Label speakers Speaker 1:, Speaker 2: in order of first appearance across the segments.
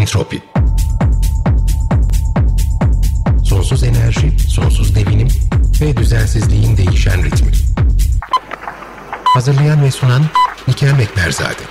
Speaker 1: Entropi. Sonsuz enerji, sonsuz devinim ve düzensizliğin değişen ritmi. Hazırlayan ve sunan İlker Mekberzade.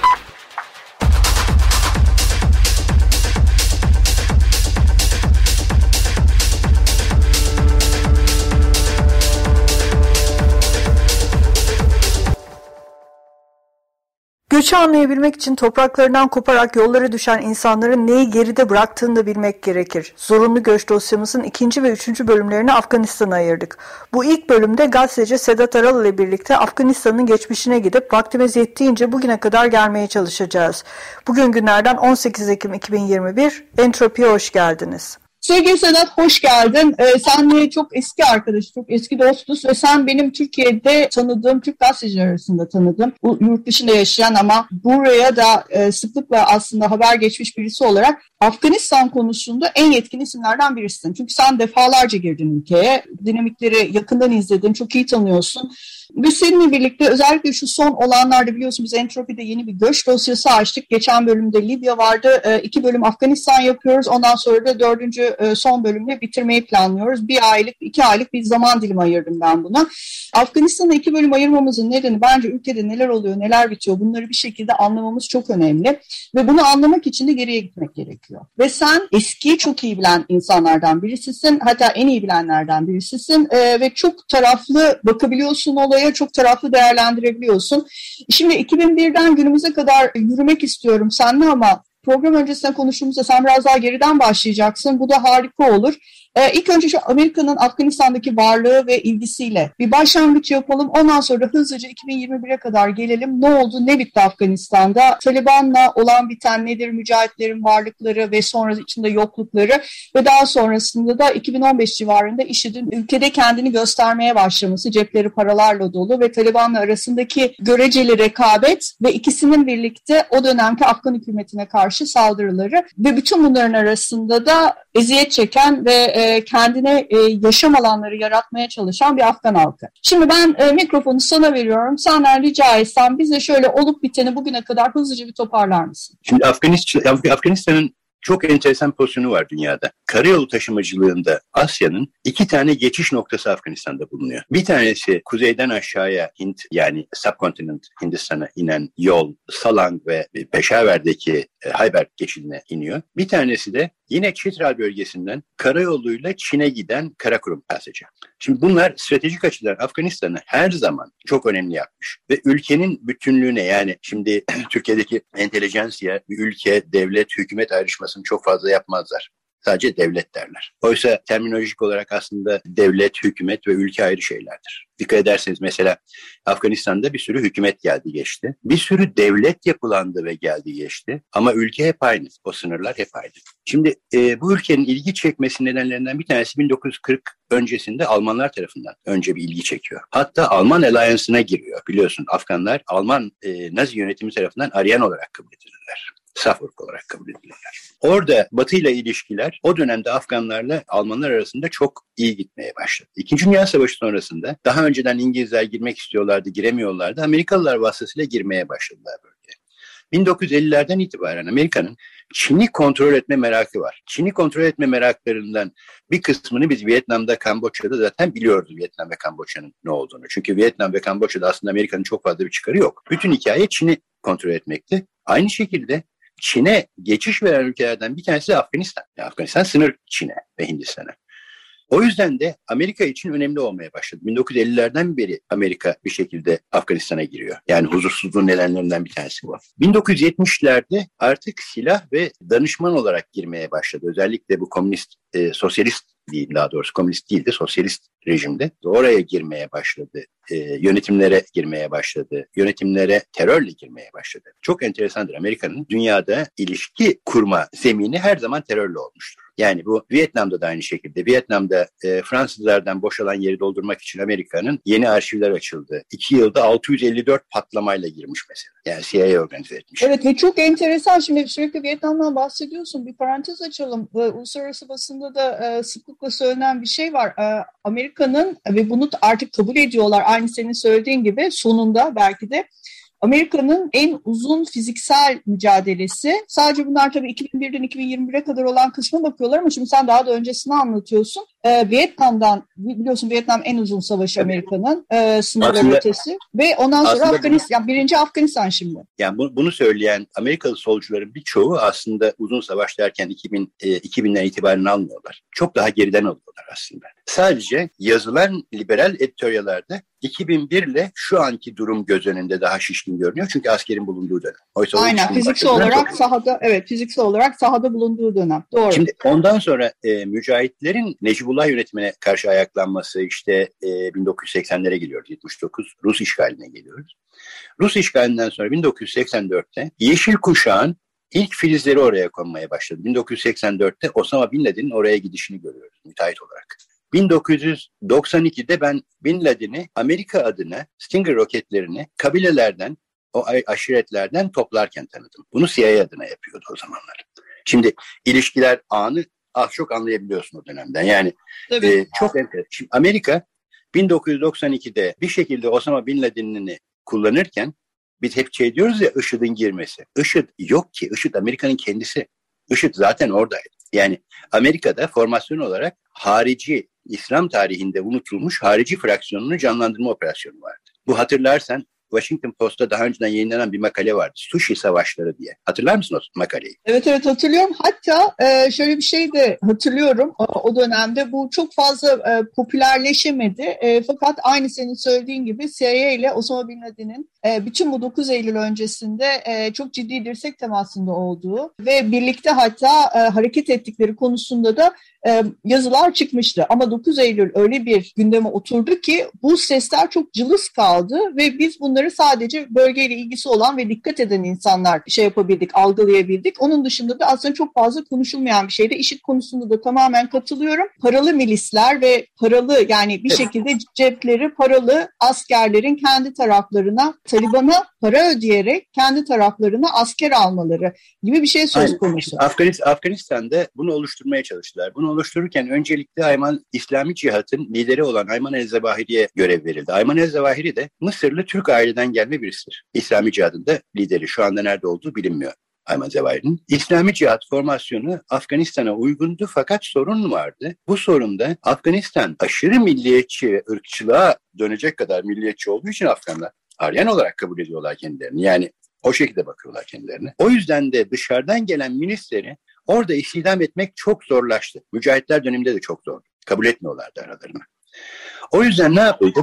Speaker 2: Göçü anlayabilmek için topraklarından koparak yollara düşen insanların neyi geride bıraktığını da bilmek gerekir. Zorunlu Göç dosyamızın 2. ve 3. bölümlerini Afganistan'a ayırdık. Bu ilk bölümde gazeteci Sedat Aral ile birlikte Afganistan'ın geçmişine gidip vaktimiz yettiğince bugüne kadar gelmeye çalışacağız. Bugün günlerden 18 Ekim 2021, Entropi'ye hoş geldiniz.
Speaker 3: Sevgili Sedat, hoş geldin. Senle çok eski arkadaş, çok eski dostuz ve sen benim Türkiye'de tanıdığım Türk gazeteciler arasında tanıdığım, bu yurt dışında yaşayan ama buraya da sıklıkla aslında haber geçmiş birisi olarak Afganistan konusunda en yetkin isimlerden birisin. Çünkü sen defalarca girdin ülkeye, dinamikleri yakından izledin, çok iyi tanıyorsun. Biz seninle birlikte özellikle şu son olanlarda biliyorsun biz Entropi'de yeni bir göç dosyası açtık. Geçen bölümde Libya vardı. 2 bölüm Afganistan yapıyoruz. Ondan sonra da 4. son bölümle bitirmeyi planlıyoruz. 2 aylık bir zaman dilimi ayırdım ben buna. Afganistan'a 2 bölüm ayırmamızın nedeni bence ülkede neler oluyor, neler bitiyor bunları bir şekilde anlamamız çok önemli. Ve bunu anlamak için de geriye gitmek gerekiyor. Ve sen eskiyi çok iyi bilen insanlardan birisisin. Hatta en iyi bilenlerden birisisin. Ve çok taraflı bakabiliyorsun olaya, çok taraflı değerlendirebiliyorsun. Şimdi 2001'den günümüze kadar yürümek istiyorum seninle ama program öncesinde konuştuğumuzda sen biraz daha geriden başlayacaksın. Bu da harika olur. İlk önce şu Amerika'nın Afganistan'daki varlığı ve ilgisiyle bir başlangıç yapalım. Ondan sonra hızlıca 2021'e kadar gelelim. Ne oldu, ne bitti Afganistan'da? Taliban'la olan biten nedir? Mücahitlerin varlıkları ve sonra içinde yoklukları ve daha sonrasında da 2015 civarında IŞİD'in ülkede kendini göstermeye başlaması, cepleri paralarla dolu ve Taliban'la arasındaki göreceli rekabet ve ikisinin birlikte o dönemki Afgan hükümetine karşı saldırıları ve bütün bunların arasında da eziyet çeken ve kendine yaşam alanları yaratmaya çalışan bir Afgan halkı. Şimdi ben mikrofonu sana veriyorum. Senden rica etsem bize şöyle olup biteni bugüne kadar hızlıca bir toparlar mısın?
Speaker 4: Şimdi Afganistan'ın çok enteresan pozisyonu var dünyada. Karayolu taşımacılığında Asya'nın 2 tane geçiş noktası Afganistan'da bulunuyor. Bir tanesi kuzeyden aşağıya Hint yani subkontinent Hindistan'a inen yol Salang ve Peşaver'deki Hayber geçidine iniyor. Bir tanesi de yine Chitral bölgesinden karayoluyla Çin'e giden Karakurum Passage. Şimdi bunlar stratejik açıdan Afganistan'ı her zaman çok önemli yapmış. Ve ülkenin bütünlüğüne yani şimdi Türkiye'deki entelijansiya bir ülke, devlet, hükümet ayrışmasını çok fazla yapmazlar. Sadece devlet derler. Oysa terminolojik olarak aslında devlet, hükümet ve ülke ayrı şeylerdir. Dikkat ederseniz mesela Afganistan'da bir sürü hükümet geldi geçti. Bir sürü devlet yapılandı ve geldi geçti. Ama ülke hep aynı. O sınırlar hep aynı. Şimdi bu ülkenin ilgi çekmesi nedenlerinden bir tanesi 1940 öncesinde Almanlar tarafından önce bir ilgi çekiyor. Hatta Alman Alliance'ına giriyor. Biliyorsun Afganlar Alman Nazi yönetimi tarafından Aryan olarak kabul edilirler. Saf ırk olarak kabul edilirler. Orada Batı ile ilişkiler o dönemde Afganlarla Almanlar arasında çok iyi gitmeye başladı. İkinci Dünya Savaşı sonrasında daha önceden İngilizler girmek istiyorlardı, giremiyorlardı. Amerikalılar vasıtasıyla girmeye başladılar bölgeye. 1950'lerden itibaren Amerika'nın Çin'i kontrol etme merakı var. Çin'i kontrol etme meraklarından bir kısmını biz Vietnam'da, Kamboçya'da zaten biliyorduk Vietnam ve Kamboçya'nın ne olduğunu. Çünkü Vietnam ve Kamboçya'da aslında Amerika'nın çok fazla bir çıkarı yok. Bütün hikaye Çin'i kontrol etmekti. Aynı şekilde Çin'e geçiş veren ülkelerden bir tanesi de Afganistan. Afganistan sınır Çin'e ve Hindistan'a. O yüzden de Amerika için önemli olmaya başladı. 1950'lerden beri Amerika bir şekilde Afganistan'a giriyor. Yani huzursuzluğun nedenlerinden bir tanesi bu. 1970'lerde artık silah ve danışman olarak girmeye başladı. Özellikle bu sosyalist değil daha doğrusu komünist değil de sosyalist rejimde. Oraya girmeye başladı. Yönetimlere girmeye başladı. Yönetimlere terörle girmeye başladı. Çok enteresandır. Amerika'nın dünyada ilişki kurma zemini her zaman terörle olmuştur. Yani bu Vietnam'da da aynı şekilde. Vietnam'da Fransızlardan boşalan yeri doldurmak için Amerika'nın yeni arşivler açıldı. 2 yılda 654 patlamayla girmiş mesela. Yani CIA organize etmiş.
Speaker 3: Evet ve çok enteresan. Şimdi sürekli Vietnam'dan bahsediyorsun. Bir parantez açalım. Uluslararası basında da sıklıkla söylenen bir şey var. Amerika'nın ve bunu artık kabul ediyorlar. Aynı senin söylediğin gibi sonunda belki de Amerika'nın en uzun fiziksel mücadelesi. Sadece bunlar tabii 2001'den 2021'e kadar olan kısmına bakıyorlar ama şimdi sen daha da öncesini anlatıyorsun. Vietnam'dan, biliyorsun Vietnam en uzun savaşı Amerika'nın sınırları ötesi ve ondan sonra Afganistan, birinci Afganistan şimdi.
Speaker 4: Yani bunu söyleyen Amerikalı solcuların birçoğu aslında uzun savaş derken 2000'den itibaren almıyorlar. Çok daha geriden alıyorlar aslında. Sadece yazılan liberal editöryalarda 2001 ile şu anki durum göz önünde daha şişkin görünüyor. Çünkü askerin bulunduğu dönem. Oysa
Speaker 3: aynen, fiziksel olarak sahada, evet, fiziksel olarak sahada bulunduğu dönem. Doğru.
Speaker 4: Şimdi ondan sonra mücahitlerin Necibullah yönetimine karşı ayaklanması, işte 1980'lere geliyoruz. 79 Rus işgaline geliyoruz. Rus işgalinden sonra 1984'te Yeşil Kuşağın ilk filizleri oraya konmaya başladı. 1984'te Osama Bin Laden'in oraya gidişini görüyoruz müteahhit olarak. 1992'de ben Bin Laden'i Amerika adına Stinger roketlerini kabilelerden, o aşiretlerden toplarken tanıdım. Bunu CIA adına yapıyordu o zamanlar. Şimdi ilişkiler ağını az çok anlayabiliyorsun o dönemden. Yani çok enteresan. Şimdi Amerika 1992'de bir şekilde Osama Bin Laden'ini kullanırken biz hep şey diyoruz ya, IŞİD'in girmesi. IŞİD yok ki. IŞİD Amerika'nın kendisi. IŞİD zaten oradaydı. Yani Amerika'da formasyon olarak harici, İslam tarihinde unutulmuş harici fraksiyonunu canlandırma operasyonu vardı. Bu, hatırlarsan Washington Post'ta daha önceden yayınlanan bir makale vardı. Sushi Savaşları diye. Hatırlar mısın o makaleyi?
Speaker 3: Evet hatırlıyorum. Hatta şöyle bir şey de hatırlıyorum. O dönemde bu çok fazla popülerleşemedi. Fakat aynı senin söylediğin gibi CIA ile Osama Bin Laden'in bütün bu 9 Eylül öncesinde çok ciddi dirsek temasında olduğu ve birlikte hatta hareket ettikleri konusunda da yazılar çıkmıştı. Ama 9 Eylül öyle bir gündeme oturdu ki bu sesler çok cılız kaldı ve biz bunları sadece bölgeyle ilgisi olan ve dikkat eden insanlar yapabildik, algılayabildik. Onun dışında da aslında çok fazla konuşulmayan bir şeydi. IŞİD konusunda da tamamen katılıyorum. Paralı milisler ve paralı, yani bir şekilde cepleri paralı askerlerin kendi taraflarına, Taliban'a para ödeyerek kendi taraflarına asker almaları gibi bir şey söz konusu.
Speaker 4: Afganistan'da bunu oluşturmaya çalıştılar. Bunu oluştururken öncelikle İslami Cihat'ın lideri olan Ayman el-Zawahiri'ye görev verildi. Ayman el-Zawahiri de Mısırlı Türk aileden gelme birisidir. İslami Cihat'ın da lideri. Şu anda nerede olduğu bilinmiyor Ayman Zawahiri'nin. İslami Cihat formasyonu Afganistan'a uygundu fakat sorun vardı. Bu sorun da Afganistan aşırı milliyetçi ve ırkçılığa dönecek kadar milliyetçi olduğu için Afganlar Aryan olarak kabul ediyorlar kendilerini. Yani o şekilde bakıyorlar kendilerine. O yüzden de dışarıdan gelen milisleri orada istihdam etmek çok zorlaştı. Mücahitler döneminde de çok zordu. Kabul etmiyorlardı aralarına. O yüzden ne yapıldı?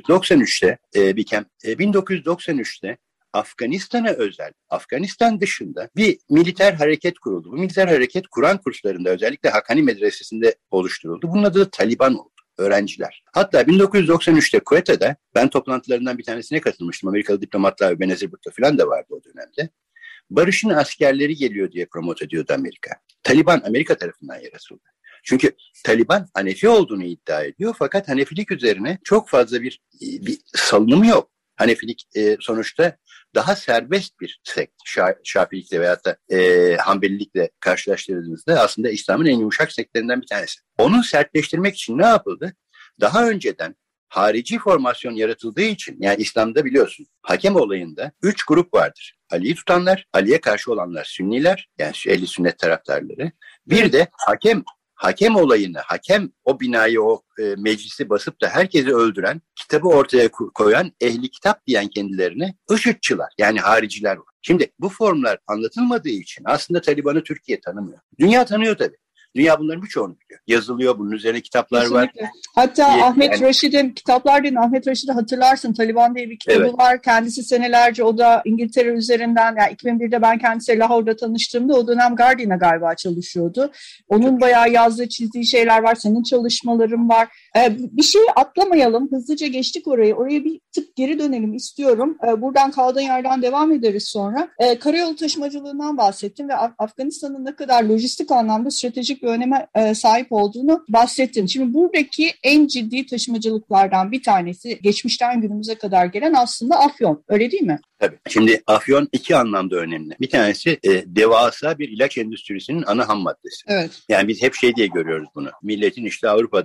Speaker 4: 1993'te Afganistan'a özel, Afganistan dışında bir militer hareket kuruldu. Bu militer hareket Kur'an kurslarında, özellikle Hakkani Medresesi'nde oluşturuldu. Bunun adı da Taliban oldu. Öğrenciler. Hatta 1993'te Kuwait'te ben toplantılarından bir tanesine katılmıştım. Amerikalı diplomatlar ve Benazir Bhutto falan da vardı o dönemde. Barışın askerleri geliyor diye promote ediyordu Amerika. Taliban Amerika tarafından yaratıldı. Çünkü Taliban Hanefi olduğunu iddia ediyor fakat Hanefilik üzerine çok fazla bir salınımı yok. Hanefilik sonuçta daha serbest bir sekt. Şafiilikle veyahut da Hanbelilikle karşılaştırdığınızda aslında İslam'ın en yumuşak sektlerinden bir tanesi. Onu sertleştirmek için ne yapıldı? Daha önceden harici formasyon yaratıldığı için, yani İslam'da biliyorsun hakem olayında 3 grup vardır. Ali'yi tutanlar, Ali'ye karşı olanlar Sünniler, yani Ehli Sünnet taraftarları. Bir de hakem olayını, hakem o binayı, o meclisi basıp da herkesi öldüren, kitabı ortaya koyan, ehli kitap diyen kendilerine IŞİD'çiler, yani hariciler var. Şimdi bu formlar anlatılmadığı için aslında Taliban'ı Türkiye tanımıyor. Dünya tanıyor tabii. Dünya bunların birçoğunu biliyor. Yazılıyor, bunun üzerine kitaplar
Speaker 3: kesinlikle
Speaker 4: var.
Speaker 3: Hatta Ahmet Raşid'in kitaplar değil, Ahmet Raşid'i hatırlarsın, Taliban diye bir kitabı var. Kendisi senelerce, o da İngiltere üzerinden, yani 2001'de ben kendisiyle Lahor'da tanıştığımda o dönem Guardian'a galiba çalışıyordu. Onun bayağı yazdığı, çizdiği şeyler var. Senin çalışmaların var. Bir şeyi atlamayalım. Hızlıca geçtik orayı. Oraya bir tık geri dönelim istiyorum. Buradan kaldığın yerden devam ederiz sonra. Karayolu taşımacılığından bahsettim ve Afganistan'ın ne kadar lojistik anlamda stratejik bir öneme sahip olduğunu bahsettin. Şimdi buradaki en ciddi taşımacılıklardan bir tanesi geçmişten günümüze kadar gelen aslında Afyon. Öyle değil mi?
Speaker 4: Tabii. Şimdi Afyon iki anlamda önemli. Bir tanesi devasa bir ilaç endüstrisinin ana ham maddesi.
Speaker 3: Evet.
Speaker 4: Yani biz hep şey diye görüyoruz bunu. Milletin işte Avrupa'da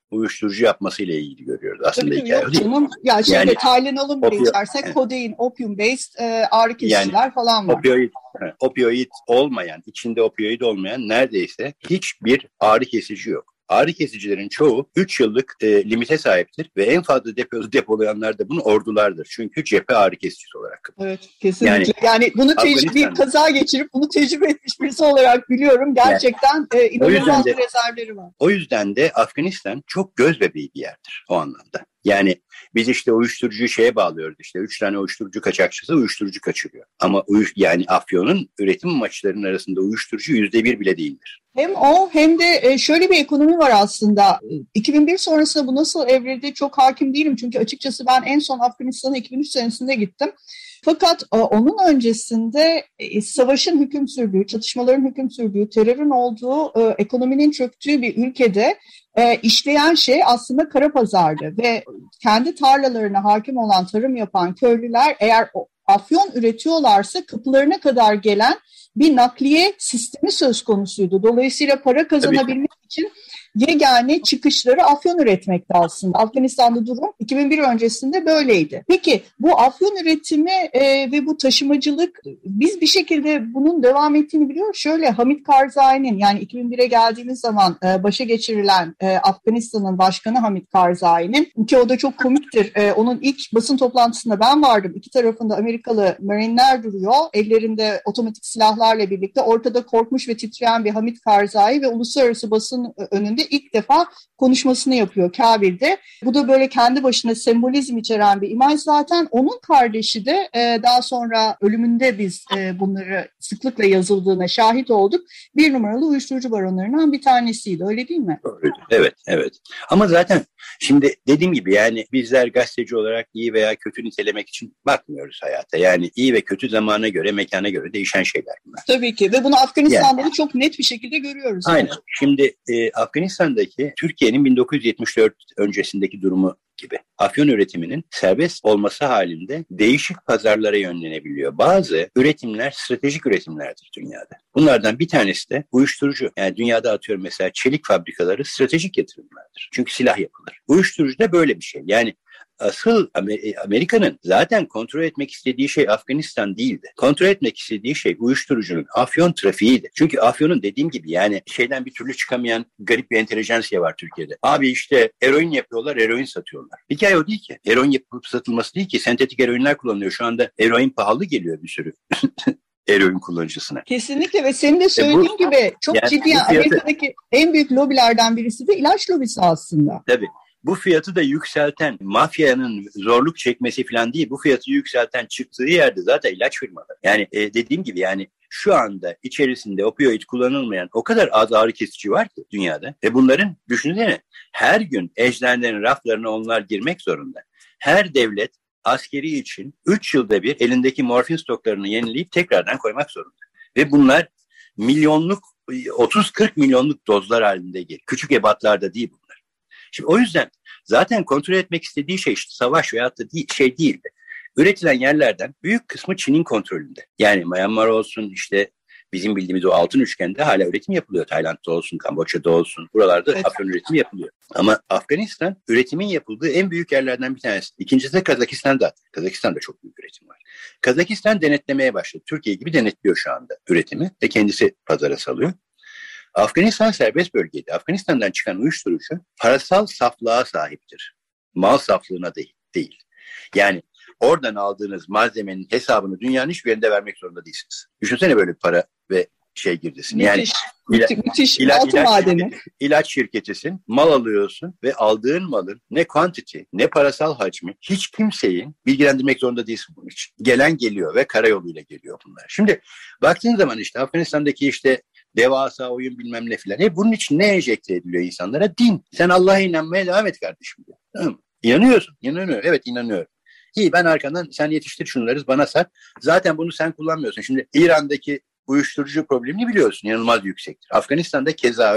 Speaker 4: uyuşturucu yapmasıyla ilgili görüyoruz. Aslında
Speaker 3: tabii,
Speaker 4: hikaye
Speaker 3: yok
Speaker 4: değil.
Speaker 3: canım. Ya
Speaker 4: Yani,
Speaker 3: Tylenol'un bile içersek kodein, opium based ağrı kesiciler falan var.
Speaker 4: Opioid olmayan, içinde opioid olmayan neredeyse hiçbir ağrı kesici yok. Ağrı kesicilerin çoğu 3 yıllık limite sahiptir ve en fazla depolayanlar da bunun ordulardır. Çünkü cephe ağrı kesicisi olarak.
Speaker 3: Evet, kesinlikle. Yani bunu bir kaza geçirip bunu tecrübe etmiş birisi olarak biliyorum. Gerçekten inanılmaz bir rezervleri var.
Speaker 4: O yüzden de Afganistan çok göz bebeği bir yerdir o anlamda. Yani biz işte uyuşturucuyu şeye bağlıyoruz, işte 3 tane uyuşturucu kaçakçısı uyuşturucu kaçırıyor. Ama yani Afyon'un üretim amaçlarının arasında uyuşturucu %1 bile değildir.
Speaker 3: Hem o hem de şöyle bir ekonomi var aslında. 2001 sonrasında bu nasıl evrildi çok hakim değilim. Çünkü açıkçası ben en son Afganistan'a 2003 senesinde gittim. Fakat onun öncesinde savaşın hüküm sürdüğü, çatışmaların hüküm sürdüğü, terörün olduğu, ekonominin çöktüğü bir ülkede işleyen şey aslında kara pazardı. Ve kendi tarlalarına hakim olan, tarım yapan köylüler eğer afyon üretiyorlarsa kapılarına kadar gelen bir nakliye sistemi söz konusuydu. Dolayısıyla para kazanabilmek için yegane çıkışları afyon üretmekti aslında. Afganistan'da durum 2001 öncesinde böyleydi. Peki bu afyon üretimi ve bu taşımacılık, biz bir şekilde bunun devam ettiğini biliyoruz. Şöyle, Hamid Karzai'nin, yani 2001'e geldiğimiz zaman başa geçirilen Afganistan'ın başkanı Hamid Karzai'nin, ki o da çok komiktir. Onun ilk basın toplantısında ben vardım. İki tarafında Amerikalı Marineler duruyor. Ellerinde otomatik silahlarla birlikte, ortada korkmuş ve titreyen bir Hamid Karzai ve uluslararası basın önünde ilk defa konuşmasını yapıyor Kabil'de. Bu da böyle kendi başına sembolizm içeren bir imaj zaten. Onun kardeşi de daha sonra ölümünde biz bunları sıklıkla yazıldığına şahit olduk. 1 numaralı uyuşturucu baronlarından bir tanesiydi. Öyle değil mi?
Speaker 4: Evet. Ama zaten şimdi dediğim gibi, yani bizler gazeteci olarak iyi veya kötü nitelemek için bakmıyoruz hayata. Yani iyi ve kötü zamana göre, mekana göre değişen şeyler bunlar.
Speaker 3: Tabii ki ve bunu Afganistan'da da çok net bir şekilde görüyoruz.
Speaker 4: Aynen. Yani. Şimdi Afganistan'daki Türkiye'nin 1974 öncesindeki durumu gibi afyon üretiminin serbest olması halinde değişik pazarlara yönlenebiliyor. Bazı üretimler stratejik üretimlerdir dünyada. Bunlardan bir tanesi de uyuşturucu. Yani dünyada atıyorum mesela çelik fabrikaları stratejik yatırımlardır. Çünkü silah yapılır. Uyuşturucu da böyle bir şey. Yani asıl Amerika'nın zaten kontrol etmek istediği şey Afganistan değildi. Kontrol etmek istediği şey uyuşturucunun afyon trafiğiydi. Çünkü afyonun, dediğim gibi, yani şeyden bir türlü çıkamayan garip bir entelejansiye var Türkiye'de. Abi işte eroin yapıyorlar, eroin satıyorlar. Hikaye o değil ki. Eroin yapılıp satılması değil ki. Sentetik eroinler kullanılıyor. Şu anda eroin pahalı geliyor bir sürü eroin kullanıcısına.
Speaker 3: Kesinlikle ve senin de söylediğin gibi çok yani ciddi, Amerika'daki en büyük lobilerden birisi de ilaç lobisi aslında.
Speaker 4: Tabii. Bu fiyatı da yükselten, mafyanın zorluk çekmesi falan değil, bu fiyatı yükselten çıktığı yerde zaten ilaç firmaları. Yani dediğim gibi, yani şu anda içerisinde opioid kullanılmayan o kadar az ağrı kesici var ki dünyada. Bunların, düşünsene, her gün eczanelerin raflarına onlar girmek zorunda. Her devlet askeri için 3 yılda bir elindeki morfin stoklarını yenileyip tekrardan koymak zorunda. Ve bunlar milyonluk, 30-40 milyonluk dozlar halinde gelir. Küçük ebatlarda değil bunlar. Şimdi o yüzden zaten kontrol etmek istediği şey işte savaş veyahut da şey değildi. Üretilen yerlerden büyük kısmı Çin'in kontrolünde. Yani Myanmar olsun, işte bizim bildiğimiz o altın üçgende hala üretim yapılıyor. Tayland'da olsun, Kamboçya'da olsun. Buralarda afyon üretimi yapılıyor. Ama Afganistan üretimin yapıldığı en büyük yerlerden bir tanesi. İkincisi de Kazakistan'da. Kazakistan'da çok büyük üretim var. Kazakistan denetlemeye başladı. Türkiye gibi denetliyor şu anda üretimi ve kendisi pazara salıyor. Afganistan serbest bölgeydi. Afganistan'dan çıkan uyuşturucu parasal saflığa sahiptir. Mal saflığına değil. Yani oradan aldığınız malzemenin hesabını dünyanın hiçbir yerinde vermek zorunda değilsiniz. Düşünsene böyle para ve girdisini. Yani
Speaker 3: müthiş altın madeni.
Speaker 4: İlaç şirketisin, mal alıyorsun ve aldığın malın ne quantity ne parasal hacmi hiç kimseyi bilgilendirmek zorunda değilsin bunun için. Gelen geliyor ve karayoluyla geliyor bunlar. Şimdi baktığın zaman işte Afganistan'daki işte devasa oyun bilmem ne filan. Bunun için ne enjekte ediliyor insanlara? Din. Sen Allah'a inanmaya devam et kardeşim. Tamam mı? İnanıyorsun. Evet, inanıyorum. İyi, ben arkandan sen yetiştir şunları bana sat. Zaten bunu sen kullanmıyorsun. Şimdi İran'daki uyuşturucu problemini biliyorsun. İnanılmaz yüksektir. Afganistan'da keza öyle.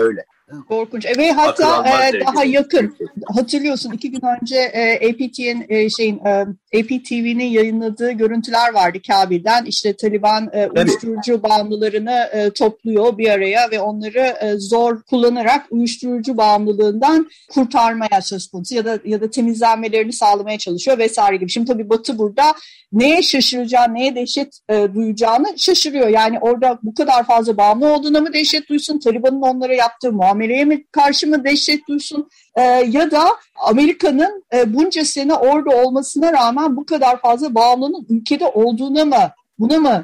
Speaker 3: Korkunç. Ve hatta daha yakın. Hatırlıyorsun 2 gün önce APTV'nin yayınladığı görüntüler vardı Kabil'den. İşte Taliban uyuşturucu bağımlılarını topluyor bir araya ve onları zor kullanarak uyuşturucu bağımlılığından kurtarmaya söz konusu ya da temizlenmelerini sağlamaya çalışıyor vesaire gibi. Şimdi tabii Batı burada neye şaşıracağını, neye dehşet duyacağını şaşırıyor. Yani orada bu kadar fazla bağımlı olduğuna mı dehşet duysun, Taliban'ın onlara yaptığı muameleye mi karşı mı dehşet duysun ya da Amerika'nın bunca sene orada olmasına rağmen bu kadar fazla bağımlının ülkede olduğuna mı, buna mı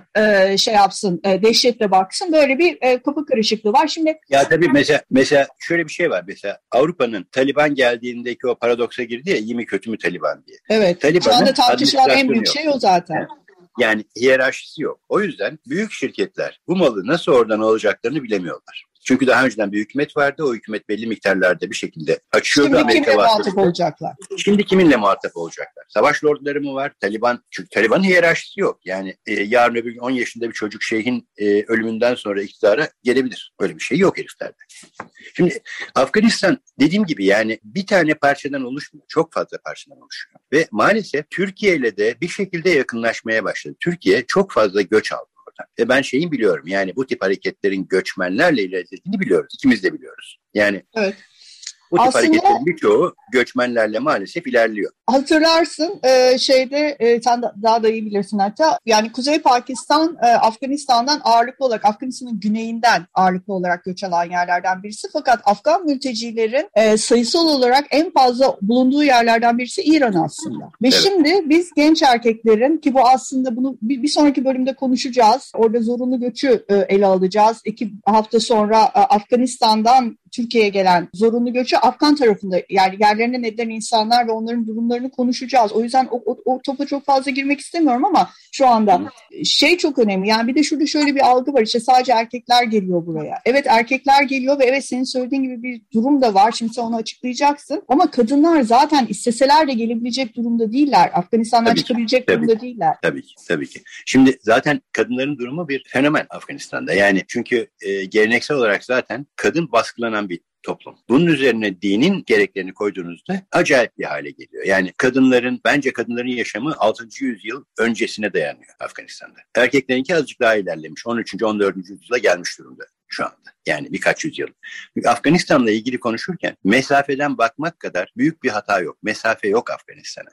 Speaker 3: dehşetle baksın, böyle bir kafa karışıklığı var. Şimdi
Speaker 4: ya tabii mesela şöyle bir şey var. Mesela Avrupa'nın Taliban geldiğindeki o paradoksa girdi ya, iyi mi kötü mü Taliban diye.
Speaker 3: Evet. Şu anda tartışılan en büyük şey o zaten.
Speaker 4: Evet. Yani hiyerarşisi yok. O yüzden büyük şirketler bu malı nasıl oradan alacaklarını bilemiyorlar. Çünkü daha önceden bir hükümet vardı. O hükümet belli miktarlarda bir şekilde açıyordu.
Speaker 3: Şimdi kiminle muhatap olacaklar?
Speaker 4: Şimdi kiminle muhatap olacaklar? Savaş lordları mı var? Taliban, çünkü Taliban'ın hiyerarşisi yok. Yani yarın öbür gün 10 yaşında bir çocuk şeyhin ölümünden sonra iktidara gelebilir. Öyle bir şey yok heriflerde. Şimdi Afganistan dediğim gibi yani bir tane parçadan oluşmuyor. Çok fazla parçadan oluşuyor. Ve maalesef Türkiye ile de bir şekilde yakınlaşmaya başladı. Türkiye çok fazla göç aldı. Ve ben şeyi biliyorum, yani bu tip hareketlerin göçmenlerle ilerlediğini biliyoruz. İkimiz de biliyoruz. Yani evet. Bu tip hareketlerin birçoğu göçmenlerle maalesef ilerliyor.
Speaker 3: Hatırlarsın sen daha da iyi bilirsin hatta. Yani Kuzey Pakistan Afganistan'dan ağırlıklı olarak, Afganistan'ın güneyinden ağırlıklı olarak göç alan yerlerden birisi. Fakat Afgan mültecilerin sayısal olarak en fazla bulunduğu yerlerden birisi İran aslında. Ve evet. Şimdi biz genç erkeklerin, ki bu aslında bunu bir sonraki bölümde konuşacağız. Orada zorunlu göçü ele alacağız. 2 hafta sonra Afganistan'dan Türkiye'ye gelen zorunlu göçü Afgan tarafında, yani yerlerine neden insanlar ve onların durumlarını konuşacağız. O yüzden o topa çok fazla girmek istemiyorum ama şu anda çok önemli. Yani bir de şurada şöyle bir algı var. İşte sadece erkekler geliyor buraya. Evet, erkekler geliyor ve evet, senin söylediğin gibi bir durum da var. Şimdi sen onu açıklayacaksın. Ama kadınlar zaten isteseler de gelebilecek durumda değiller. Afganistan'dan çıkabilecek durumda değiller.
Speaker 4: Tabii ki. Şimdi zaten kadınların durumu bir fenomen Afganistan'da. Yani çünkü geleneksel olarak zaten kadın baskılanan bir toplum. Bunun üzerine dinin gereklerini koyduğunuzda acayip bir hale geliyor. Yani bence kadınların yaşamı 6. yüzyıl öncesine dayanıyor Afganistan'da. Erkeklerinki azıcık daha ilerlemiş. 13. 14. yüzyıla gelmiş durumda şu anda. Yani birkaç yüzyıl. Afganistan'la ilgili konuşurken mesafeden bakmak kadar büyük bir hata yok. Mesafe yok Afganistan'a.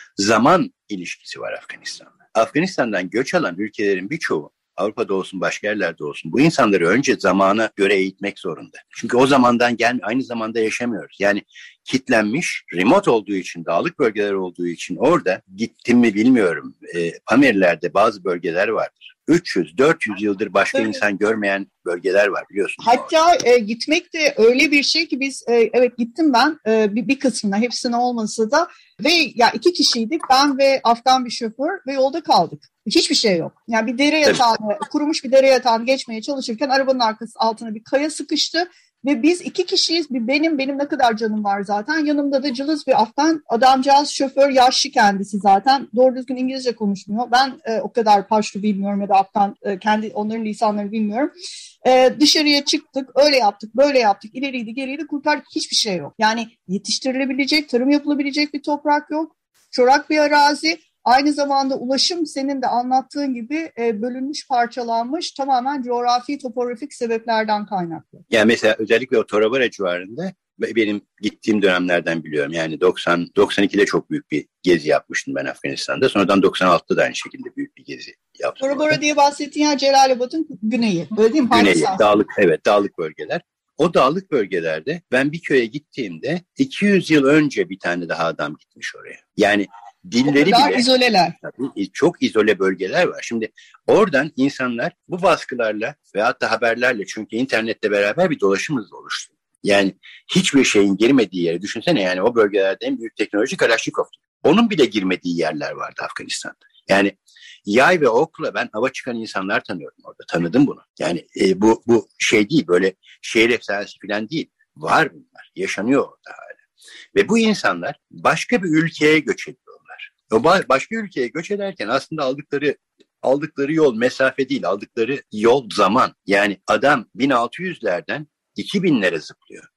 Speaker 4: Zaman ilişkisi var Afganistan'da. Afganistan'dan göç alan ülkelerin birçoğu, Avrupa'da olsun, başka yerlerde olsun, bu insanları önce zamana göre eğitmek zorunda. Çünkü o zamandan aynı zamanda yaşamıyoruz. Yani kitlenmiş, remote olduğu için, dağlık bölgeler olduğu için orada gittim mi bilmiyorum. Pamirler'de bazı bölgeler vardır. 300-400 yıldır başka insan görmeyen bölgeler var, biliyorsun.
Speaker 3: Hatta gitmek de öyle bir şey ki biz, evet gittim ben bir kısmına, hepsine olmasa da, ve ya 2 kişiydik, ben ve Afgan bir şoför, ve yolda kaldık. Hiçbir şey yok. Yani bir dere yatağını, kurumuş bir dere yatağını geçmeye çalışırken arabanın altına bir kaya sıkıştı. Ve biz 2 kişiyiz. Benim ne kadar canım var zaten. Yanımda da cılız bir Afgan adamcağız, şoför, yaşlı kendisi zaten. Doğru düzgün İngilizce konuşmuyor. Ben o kadar Paştu bilmiyorum ya da Afgan, onların lisanlarını bilmiyorum. Dışarıya çıktık, öyle yaptık, böyle yaptık, ileriydi, geriydi, kurtardık. Hiçbir şey yok. Yani yetiştirilebilecek, tarım yapılabilecek bir toprak yok. Çorak bir arazi. Aynı zamanda ulaşım, senin de anlattığın gibi bölünmüş, parçalanmış, tamamen coğrafi, topografik sebeplerden kaynaklı.
Speaker 4: Yani mesela özellikle o Torabara civarında, benim gittiğim dönemlerden biliyorum. Yani 92'de çok büyük bir gezi yapmıştım ben Afganistan'da. Sonradan 96'da da aynı şekilde büyük bir gezi yaptım.
Speaker 3: Torabara diye bahsettiğin yer Celalabad'ın güneyi. Öyle değil mi?
Speaker 4: Güneyi, dağlık bölgeler. O dağlık bölgelerde ben bir köye gittiğimde 200 yıl önce bir tane daha adam gitmiş oraya. Yani dilleri bile
Speaker 3: izoleler.
Speaker 4: Çok izole bölgeler var. Şimdi oradan insanlar bu baskılarla veyahut da haberlerle, çünkü internetle beraber bir dolaşım hızı oluştu. Yani hiçbir şeyin girmediği yeri düşünsene, yani o bölgelerde en büyük teknoloji Kalaşnikov'tu. Onun bile girmediği yerler vardı Afganistan'da. Yani yay ve okla ben hava çıkan insanlar tanıyorum orada. Tanıdım bunu. Yani bu şey değil, böyle şehir efsanesi falan değil. Var bunlar. Yaşanıyor orada hala. Ve bu insanlar başka bir ülkeye göç ediyorlar. O başka ülkeye göç ederken aslında aldıkları yol mesafe değil, aldıkları yol zaman. Yani adam 1600'lerden 2000'lere zıplıyor.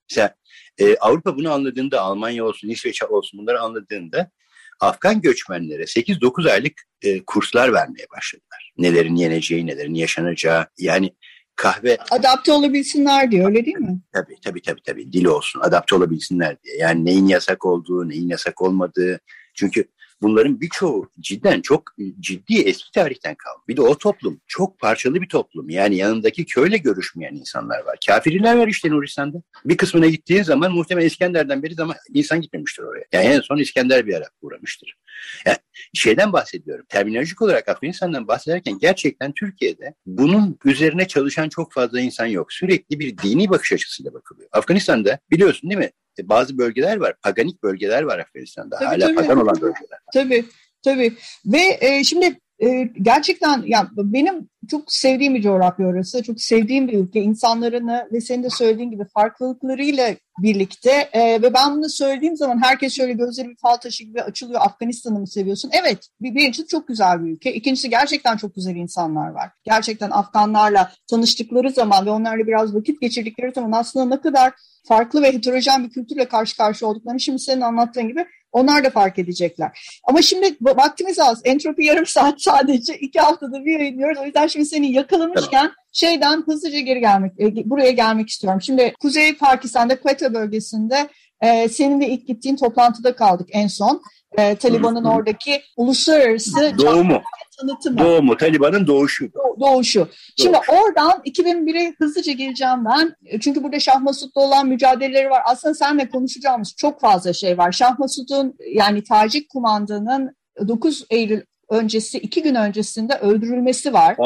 Speaker 4: Mesela Avrupa bunu anladığında, Almanya olsun, İsveç olsun, bunları anladığında Afgan göçmenlere 8-9 aylık kurslar vermeye başladılar. Nelerin yeneceği, nelerin yaşanacağı, yani kahve...
Speaker 3: Adapte olabilsinler diye, öyle değil mi?
Speaker 4: Tabii. Dil olsun, adapte olabilsinler diye. Yani neyin yasak olduğu, neyin yasak olmadığı. Çünkü bunların birçoğu cidden çok ciddi eski tarihten kalma. Bir de o toplum çok parçalı bir toplum. Yani yanındaki köyle görüşmeyen insanlar var. Kafirler var işte Nuristan'da. Bir kısmına gittiğin zaman muhtemelen İskender'den beri zaman insan gitmemiştir oraya. Yani en son İskender bir ara uğramıştır. Yani şeyden bahsediyorum. Terminolojik olarak Afganistan'dan bahsederken gerçekten Türkiye'de bunun üzerine çalışan çok fazla insan yok. Sürekli bir dini bakış açısıyla bakılıyor. Afganistan'da biliyorsun değil mi? Bazı bölgeler var. Paganik bölgeler var Afganistan'da. Hala pagan olan bölgeler var.
Speaker 3: Tabii. Ve şimdi gerçekten ya benim çok sevdiğim bir coğrafya orası. Çok sevdiğim bir ülke. İnsanlarını ve senin de söylediğin gibi farklılıklarıyla birlikte ve ben bunu söylediğim zaman herkes şöyle gözleri bir fal taşı gibi açılıyor. Afganistan'ı mı seviyorsun? Evet. Birincisi çok güzel bir ülke. İkincisi gerçekten çok güzel insanlar var. Gerçekten Afganlarla tanıştıkları zaman ve onlarla biraz vakit geçirdikleri zaman aslında ne kadar farklı ve heterojen bir kültürle karşı karşıya olduklarını şimdi senin anlattığın gibi onlar da fark edecekler. Ama şimdi vaktimiz az. Entropi yarım saat sadece 2 haftada bir yayınlıyoruz. O yüzden şimdi seni yakalamışken şeyden hızlıca buraya gelmek istiyorum. Şimdi Kuzey Pakistan'da Quetta bölgesinde senin de ilk gittiğin toplantıda kaldık en son. Taliban'ın oradaki uluslararası tanıtımı.
Speaker 4: Doğumu, Taliban'ın doğuşu.
Speaker 3: Doğuşu. Şimdi oradan 2001'e hızlıca geleceğim ben. Çünkü burada Şah Masud'la olan mücadeleleri var. Aslında seninle konuşacağımız çok fazla şey var. Şah Masud'un yani Tacik kumandanın 9 Eylül öncesi 2 gün öncesinde öldürülmesi var.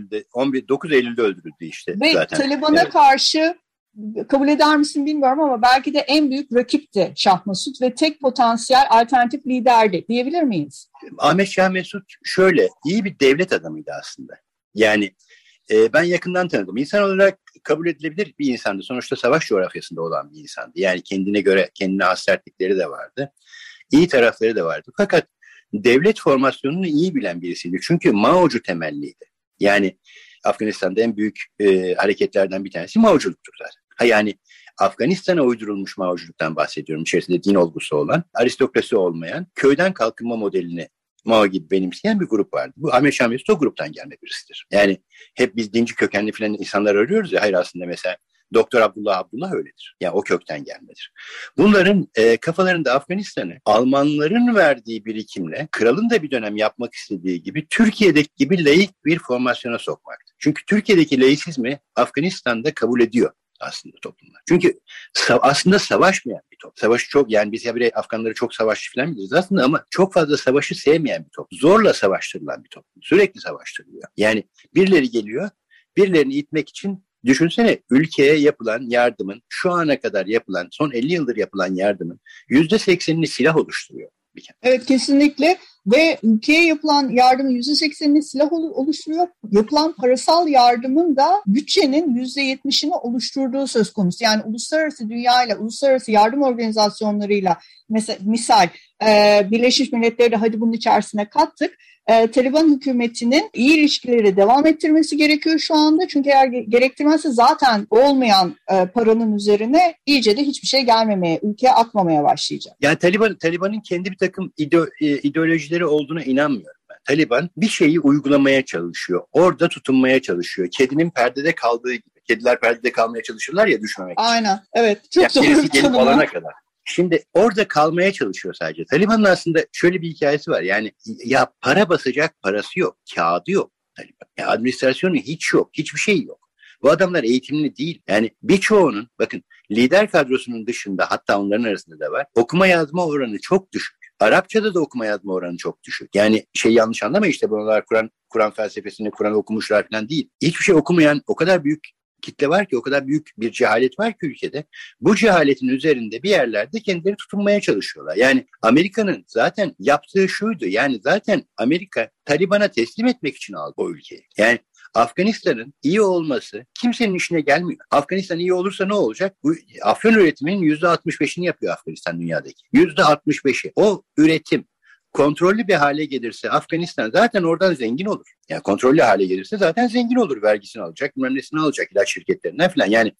Speaker 4: 9 Eylül'de öldürüldü işte.
Speaker 3: Ve
Speaker 4: zaten.
Speaker 3: Taliban'a karşı kabul eder misin bilmiyorum ama belki de en büyük rakipti Şah Masud ve tek potansiyel alternatif liderdi diyebilir miyiz?
Speaker 4: Ahmet Şah Mesut şöyle iyi bir devlet adamıydı aslında. Yani ben yakından tanıdım. İnsan olarak kabul edilebilir bir insandı. Sonuçta savaş coğrafyasında olan bir insandı. Yani kendine has sertlikleri de vardı. İyi tarafları da vardı. Fakat devlet formasyonunu iyi bilen birisiydi. Çünkü Mao'cu temelliydi. Yani Afganistan'da en büyük hareketlerden bir tanesi Mao'culuktur zaten. Yani Afganistan'a uydurulmuş Mao'culuktan bahsediyorum. İçerisinde din olgusu olan, aristokrasi olmayan, köyden kalkınma modelini Mao gibi benimseyen bir grup vardı. Bu Ahmet Şah Mesut o gruptan gelme birisidir. Yani hep biz dinci kökenli falan insanlar arıyoruz ya. Hayır aslında mesela Doktor Abdullah öyledir. Yani o kökten gelmedir. Bunların kafalarında Afganistan'ı Almanların verdiği birikimle kralın da bir dönem yapmak istediği gibi Türkiye'deki gibi laik bir formasyona sokmaktı. Çünkü Türkiye'deki laisizmi Afganistan'da kabul ediyor aslında toplumlar. Çünkü aslında savaşmayan bir toplum. Savaşı çok yani biz habire Afganları çok savaşçı falan biliriz aslında ama çok fazla savaşı sevmeyen bir toplum. Zorla savaştırılan bir toplum. Sürekli savaştırılıyor. Yani birileri geliyor, birilerini itmek için düşünsene ülkeye yapılan yardımın şu ana kadar yapılan son 50 yıldır yapılan yardımın %80'ini silah oluşturuyor.
Speaker 3: Evet kesinlikle ve ülkeye yapılan yardımın %80'ini silah oluşturuyor. Yapılan parasal yardımın da bütçenin %70'ini oluşturduğu söz konusu. Yani uluslararası dünyayla, uluslararası yardım organizasyonlarıyla misal Birleşmiş Milletleri de hadi bunun içerisine kattık. Taliban hükümetinin iyi ilişkileri devam ettirmesi gerekiyor şu anda. Çünkü eğer gerektirmezse zaten olmayan paranın üzerine iyice de hiçbir şey gelmemeye, ülkeye akmamaya başlayacak.
Speaker 4: Yani Taliban'ın kendi bir takım ideolojileri olduğuna inanmıyorum ben. Taliban bir şeyi uygulamaya çalışıyor. Orada tutunmaya çalışıyor. Kedinin perdede kaldığı gibi. Kediler perdede kalmaya çalışırlar ya düşmemek için.
Speaker 3: Aynen. Evet. Çok
Speaker 4: doğru
Speaker 3: bir tanım.
Speaker 4: Olana kadar. Şimdi orada kalmaya çalışıyor sadece. Taliban'ın aslında şöyle bir hikayesi var. Yani ya para basacak parası yok. Kağıdı yok Taliban. Ya administrasyonu hiç yok. Hiçbir şey yok. Bu adamlar eğitimli değil. Yani birçoğunun bakın lider kadrosunun dışında hatta onların arasında da var. Okuma yazma oranı çok düşük. Arapçada da okuma yazma oranı çok düşük. Yani yanlış anlama işte bunlar Kur'an felsefesini, Kur'an okumuşlar falan değil. Hiçbir şey okumayan o kadar büyük kitle var ki o kadar büyük bir cehalet var ki ülkede. Bu cehaletin üzerinde bir yerlerde kendileri tutunmaya çalışıyorlar. Yani Amerika'nın zaten yaptığı şuydu. Yani zaten Amerika Taliban'a teslim etmek için aldı o ülkeyi. Yani Afganistan'ın iyi olması kimsenin işine gelmiyor. Afganistan iyi olursa ne olacak? Bu afyon üretiminin %65'ini yapıyor Afganistan dünyadaki. %65'i. O üretim kontrollü bir hale gelirse Afganistan zaten oradan zengin olur. Yani kontrollü hale gelirse zaten zengin olur. Vergisini alacak, bilmem nesini alacak ilaç şirketlerinden falan. Yani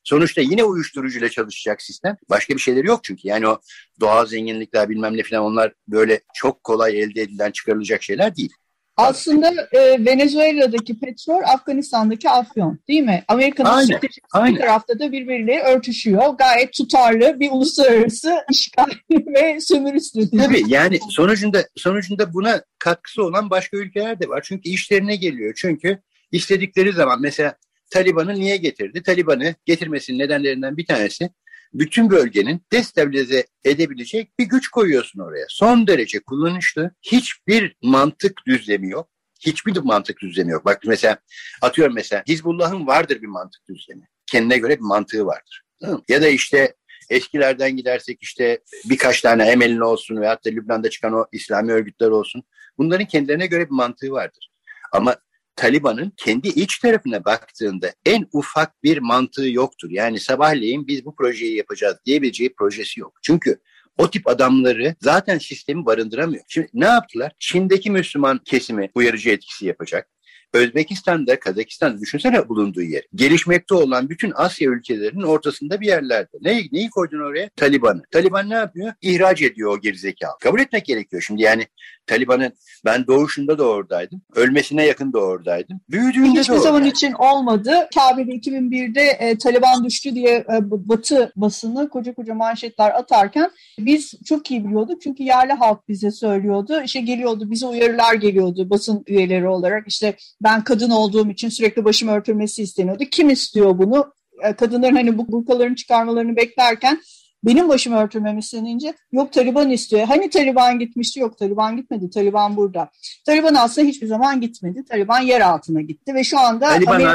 Speaker 4: Sonuçta yine uyuşturucuyla çalışacak sistem. Başka bir şeyleri yok çünkü. Yani o doğal zenginlikler bilmem ne falan, onlar böyle çok kolay elde edilen, çıkarılacak şeyler değil.
Speaker 3: Aslında Venezuela'daki petrol, Afganistan'daki afyon, değil mi? Amerika'nın stratejisi bir tarafta da birbiriyle örtüşüyor. Gayet tutarlı bir uluslararası işgal ve sömürü stratejisi.
Speaker 4: Tabii yani sonucunda buna katkısı olan başka ülkeler de var. Çünkü işlerine geliyor. Çünkü istedikleri zaman mesela Taliban'ı niye getirdi? Taliban'ı getirmesinin nedenlerinden bir tanesi, bütün bölgenin destabilize edebilecek bir güç koyuyorsun oraya. Son derece kullanışlı, hiçbir mantık düzlemi yok. Hiçbir mantık düzlemi yok. Bak mesela atıyorum, mesela Hizbullah'ın vardır bir mantık düzlemi. Kendine göre bir mantığı vardır. Ya da işte eskilerden gidersek işte birkaç tane Emel'in olsun veyahut da Lübnan'da çıkan o İslami örgütler olsun. Bunların kendilerine göre bir mantığı vardır. Ama Taliban'ın kendi iç tarafına baktığında en ufak bir mantığı yoktur. Yani sabahleyin biz bu projeyi yapacağız diyebileceği projesi yok. Çünkü o tip adamları zaten sistemi barındıramıyor. Şimdi ne yaptılar? Çin'deki Müslüman kesimi uyarıcı etkisi yapacak. Özbekistan'da, Kazakistan'da, düşünsene bulunduğu yer. Gelişmekte olan bütün Asya ülkelerinin ortasında bir yerlerde. Neyi koydun oraya? Taliban'ı. Taliban ne yapıyor? İhraç ediyor o gerizekalı. Kabul etmek gerekiyor. Şimdi yani Taliban'ın, ben doğuşunda da oradaydım. Ölmesine yakın da oradaydım. Büyüdüğünde de
Speaker 3: hiçbir zaman için olmadı. Kabe'de 2001'de Taliban düştü diye Batı basını koca manşetler atarken biz çok iyi biliyorduk. Çünkü yerli halk bize söylüyordu. İşte geliyordu, bize uyarılar geliyordu basın üyeleri olarak. İşte ben kadın olduğum için sürekli başım örtülmesi isteniyordu. Kim istiyor bunu? Kadınların hani bu burkalarını çıkarmalarını beklerken benim başım örtülmem istenince yok Taliban istiyor. Hani Taliban gitmişti? Yok, Taliban gitmedi. Taliban burada. Taliban aslında hiçbir zaman gitmedi. Taliban yer altına gitti ve şu anda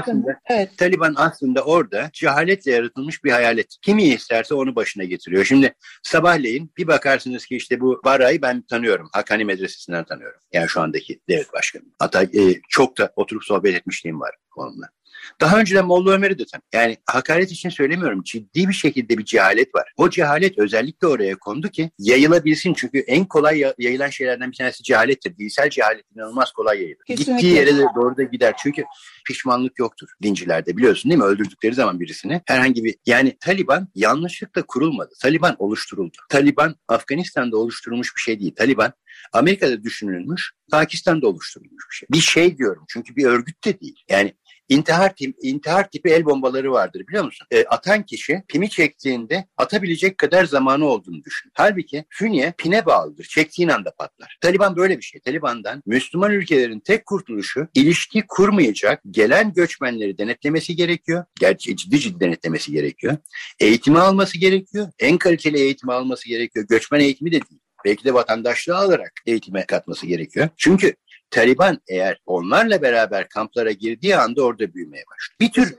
Speaker 4: Taliban aslında orada cehaletle yaratılmış bir hayalet. Kimi isterse onu başına getiriyor. Şimdi sabahleyin bir bakarsınız ki işte bu Bara'yı ben tanıyorum. Hakkani Medresesi'nden tanıyorum. Yani şu andaki devlet başkanı. Hatta çok da oturup sohbet etmişliğim var onunla. Daha önceden Molla Ömer'i de tanıyorum. Yani hakaret için söylemiyorum. Ciddi bir şekilde bir cehalet var. O cehalet özellikle oraya kondu ki yayılabilsin. Çünkü en kolay yayılan şeylerden bir tanesi cehalettir. Dilsel cehalet inanılmaz kolay yayılır.
Speaker 3: Kesinlikle.
Speaker 4: Gittiği yere de doğru da gider. Çünkü pişmanlık yoktur dincilerde, biliyorsun değil mi? Öldürdükleri zaman birisini herhangi bir... Yani Taliban yanlışlıkla kurulmadı. Taliban oluşturuldu. Taliban Afganistan'da oluşturulmuş bir şey değil. Taliban Amerika'da düşünülmüş, Pakistan'da oluşturulmuş bir şey. Bir şey diyorum çünkü bir örgüt de değil. Yani intihar tipi el bombaları vardır, biliyor musun? Atan kişi pimi çektiğinde atabilecek kadar zamanı olduğunu düşün. Halbuki fünye pine bağlıdır. Çektiğin anda patlar. Taliban böyle bir şey. Taliban'dan Müslüman ülkelerin tek kurtuluşu ilişki kurmayacak gelen göçmenleri denetlemesi gerekiyor. Gerçi ciddi denetlemesi gerekiyor. Eğitimi alması gerekiyor. En kaliteli eğitimi alması gerekiyor. Göçmen eğitimi de değil. Belki de vatandaşlığı alarak eğitime katması gerekiyor. Çünkü Taliban eğer onlarla beraber kamplara girdiği anda orada büyümeye başlıyor.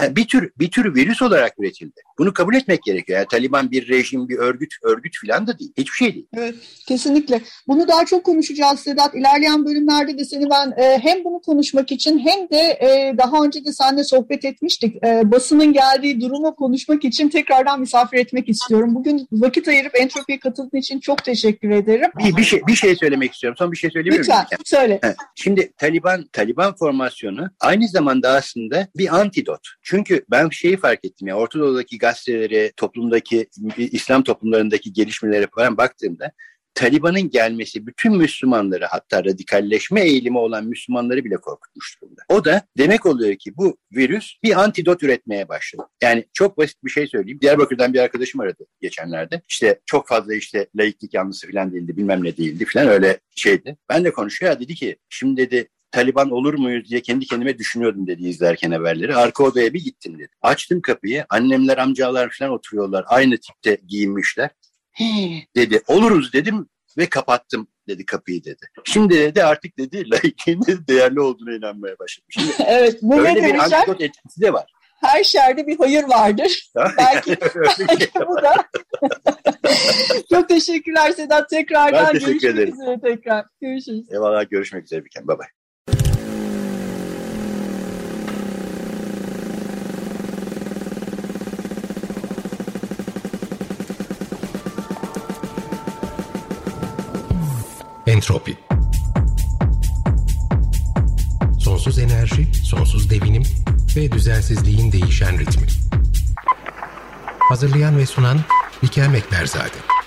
Speaker 4: Bir tür virüs olarak üretildi. Bunu kabul etmek gerekiyor. Yani Taliban bir rejim, bir örgüt falan da değil. Hiçbir şey değil.
Speaker 3: Evet, kesinlikle. Bunu daha çok konuşacağız Sedat. İlerleyen bölümlerde de seni ben hem bunu konuşmak için hem de daha önce de seninle sohbet etmiştik. Basının geldiği durumu konuşmak için tekrardan misafir etmek istiyorum. Bugün vakit ayırıp Entropi'ye katıldığın için çok teşekkür ederim.
Speaker 4: Bir şey söylemek istiyorum. Son bir şey söyleyebilir miyim?
Speaker 3: Lütfen, söyle.
Speaker 4: Şimdi Taliban formasyonu aynı zamanda aslında bir antidot. Çünkü ben şeyi fark ettim ya, Orta Doğu'daki gazetelere, toplumdaki, İslam toplumlarındaki gelişmelere falan baktığımda Taliban'ın gelmesi bütün Müslümanları, hatta radikalleşme eğilimi olan Müslümanları bile korkutmuş durumda. O da demek oluyor ki bu virüs bir antidot üretmeye başladı. Yani çok basit bir şey söyleyeyim. Diyarbakır'dan bir arkadaşım aradı geçenlerde. İşte çok fazla işte laiklik yanlısı falan değildi, bilmem ne değildi falan, öyle şeydi. Ben de konuşuyor, dedi ki şimdi dedi Taliban olur muyuz diye kendi kendime düşünüyordum dedi izlerken haberleri. Arka odaya bir gittim dedi. Açtım kapıyı, annemler amcalar falan oturuyorlar. Aynı tipte giyinmişler. Dedi oluruz dedim ve kapattım dedi kapıyı dedi. Şimdi dedi artık dedi laikliğin değerli olduğuna inanmaya başladım. Şimdi
Speaker 3: evet, bu
Speaker 4: böyle bir antidot etkisi de var.
Speaker 3: Her şerde bir hayır vardır. belki bu da. Çok teşekkürler Sedat. Tekrardan
Speaker 4: ben teşekkür ederim.
Speaker 3: Üzere tekrar. Görüşürüz.
Speaker 4: Eyvallah, görüşmek üzere. Bye bye.
Speaker 1: Entropi. Sonsuz enerji, sonsuz devinim ve düzensizliğin değişen ritmi. Hazırlayan ve sunan Bikem Ekberzade.